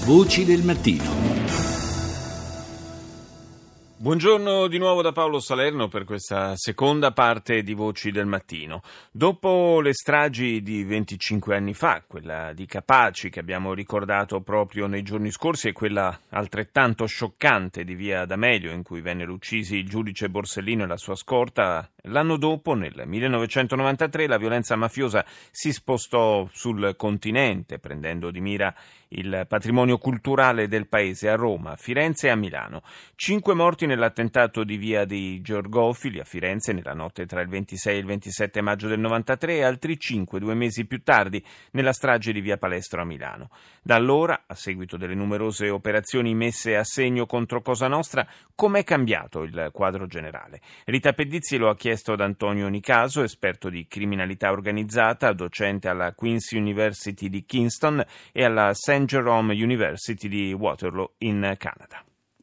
Voci del mattino. Buongiorno di nuovo da Paolo Salerno per questa seconda parte di Voci del Mattino. Dopo le stragi di 25 anni fa, quella di Capaci che abbiamo ricordato proprio nei giorni scorsi e quella altrettanto scioccante di Via D'Amelio in cui vennero uccisi il giudice Borsellino e la sua scorta, l'anno dopo, nel 1993, la violenza mafiosa si spostò sul continente prendendo di mira il patrimonio culturale del paese a Roma, Firenze e a Milano. 5 morti nell'attentato di Via dei Georgofili a Firenze nella notte tra il 26 e il 27 maggio del 93 e altri 5 2 mesi più tardi nella strage di Via Palestro a Milano. Da allora, a seguito delle numerose operazioni messe a segno contro Cosa Nostra, com'è cambiato il quadro generale? Rita Pedizzi lo ha chiesto ad Antonio Nicaso, esperto di criminalità organizzata, docente alla Queen's University di Kingston e alla St. Jerome University di Waterloo in Canada.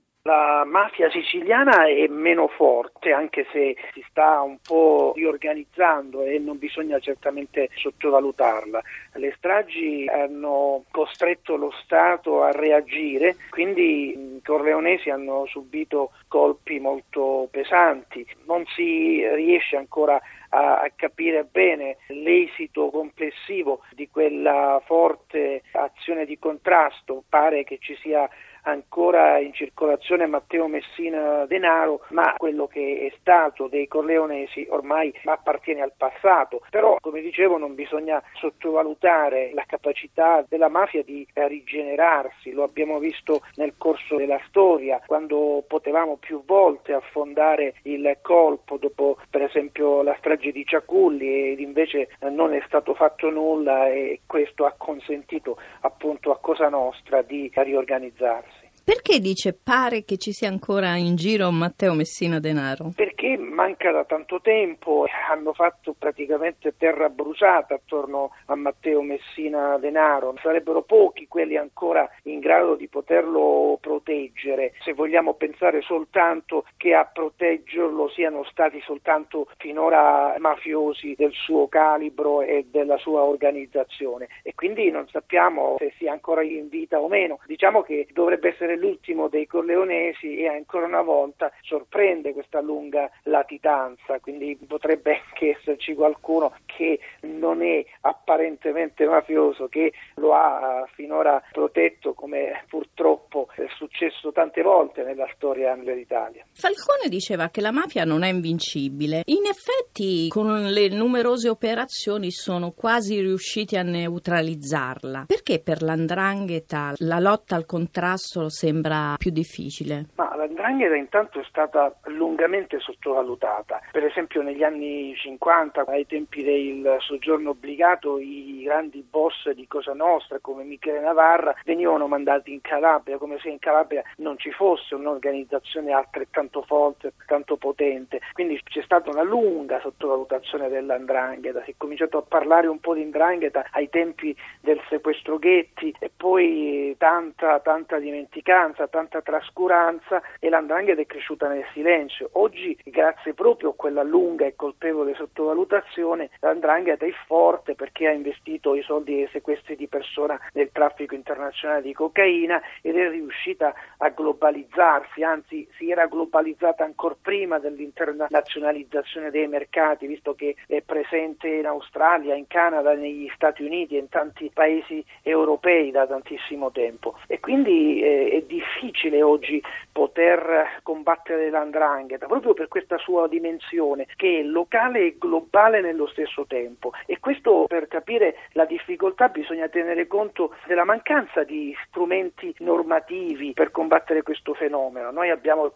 La mafia siciliana è meno forte, anche se si sta un po' riorganizzando e non bisogna certamente sottovalutarla. Le stragi hanno costretto lo Stato a reagire, quindi i corleonesi hanno subito colpi molto pesanti. Non si riesce ancora a capire bene l'esito complessivo di quella forte azione di contrasto. Pare che ci sia ancora in circolazione Matteo Messina Denaro, ma quello che è stato dei corleonesi ormai appartiene al passato. Però, come dicevo, non bisogna sottovalutare la capacità della mafia di rigenerarsi. Lo abbiamo visto nel corso della storia, quando potevamo più volte affondare il colpo dopo, per esempio, la strage di Ciaculli, ed invece non è stato fatto nulla, e questo ha consentito appunto a Cosa Nostra di riorganizzarsi. Perché dice pare che ci sia ancora in giro Matteo Messina Denaro? Perché manca da tanto tempo, hanno fatto praticamente terra bruciata attorno a Matteo Messina Denaro. Sarebbero pochi quelli ancora in grado di poterlo proteggere, se vogliamo pensare soltanto che a proteggerlo siano stati soltanto finora mafiosi del suo calibro e della sua organizzazione, e quindi non sappiamo se sia ancora in vita o meno. Diciamo che dovrebbe essere l'ultimo dei corleonesi e ancora una volta sorprende questa lunga latitanza, quindi potrebbe anche esserci qualcuno che non è apparentemente mafioso, che lo ha finora protetto, come purtroppo è successo tante volte nella storia dell'Italia. Falcone diceva che la mafia non è invincibile. In effetti, con le numerose operazioni sono quasi riusciti a neutralizzarla. Perché per l''ndrangheta la lotta al contrasto sembra più difficile? Ma l''ndrangheta intanto è stata lungamente sottovalutata. Per esempio negli anni 50, ai tempi del soggiorno obbligato, i grandi boss di Cosa Nostra come Michele Navarra venivano mandati in Calabria, come se in Calabria non ci fosse un'organizzazione altrettanto forte, tanto potente. Quindi c'è stata una lunga sottovalutazione dell''ndrangheta. Si è cominciato a parlare un po' di 'ndrangheta ai tempi del sequestro Ghetti, e poi tanta dimenticanza, tanta trascuranza, e l''ndrangheta è cresciuta nel silenzio. Oggi, grazie proprio a quella lunga e colpevole sottovalutazione, l''ndrangheta è forte perché ha investito i soldi dei sequestri di persona nel traffico internazionale di cocaina ed è riuscita a globalizzarsi, anzi si era globalizzata ancor prima dell'internazionalizzazione dei mercati, visto che è presente in Australia, in Canada, negli Stati Uniti e in tanti paesi europei da tantissimo tempo. E quindi è difficile oggi poter combattere l''ndrangheta proprio per questa sua dimensione che è locale e globale nello stesso tempo. E questo, per capire la difficoltà, bisogna tenere conto della mancanza di strumenti normativi per combattere questo fenomeno. Noi abbiamo il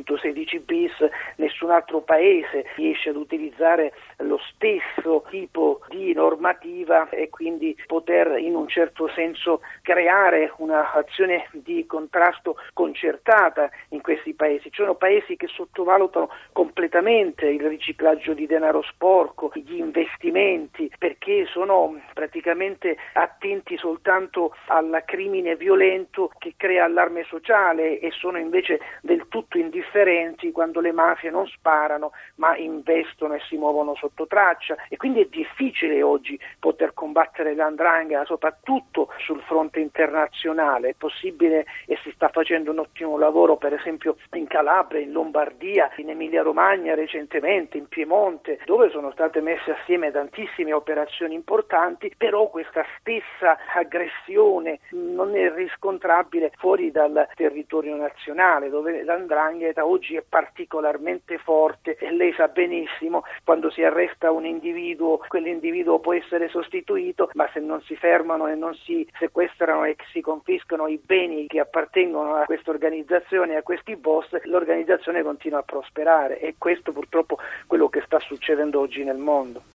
416 bis, nessun altro paese riesce ad utilizzare lo stesso tipo di normativa e quindi poter in un certo senso creare un'azione di contrasto concertata in questi paesi. Ci sono paesi che sottovalutano completamente il riciclaggio di denaro sporco, gli investimenti, perché sono praticamente attenti soltanto al crimine violento che crea allarme sociale e sono invece del tutto indifferenti quando le mafie non sparano ma investono e si muovono sotto traccia, e quindi è difficile oggi poter combattere l''ndrangheta, soprattutto sul fronte internazionale. È possibile e si sta facendo un ottimo lavoro per esempio in Calabria, in Lombardia, in Emilia Romagna recentemente, in Piemonte, dove sono state messe assieme tantissime operazioni importanti, però questa stessa aggressione non è riscontrabile fuori dal territorio nazionale, dove l''ndrangheta oggi è particolarmente forte, e lei sa benissimo, quando si arresta un individuo, quell'individuo può essere sostituito, ma se non si fermano e non si sequestrano e si confiscano i beni che appartengono a questa organizzazione e a questi boss, l'organizzazione continua a prosperare, e questo purtroppo quello che sta succedendo oggi nel mondo.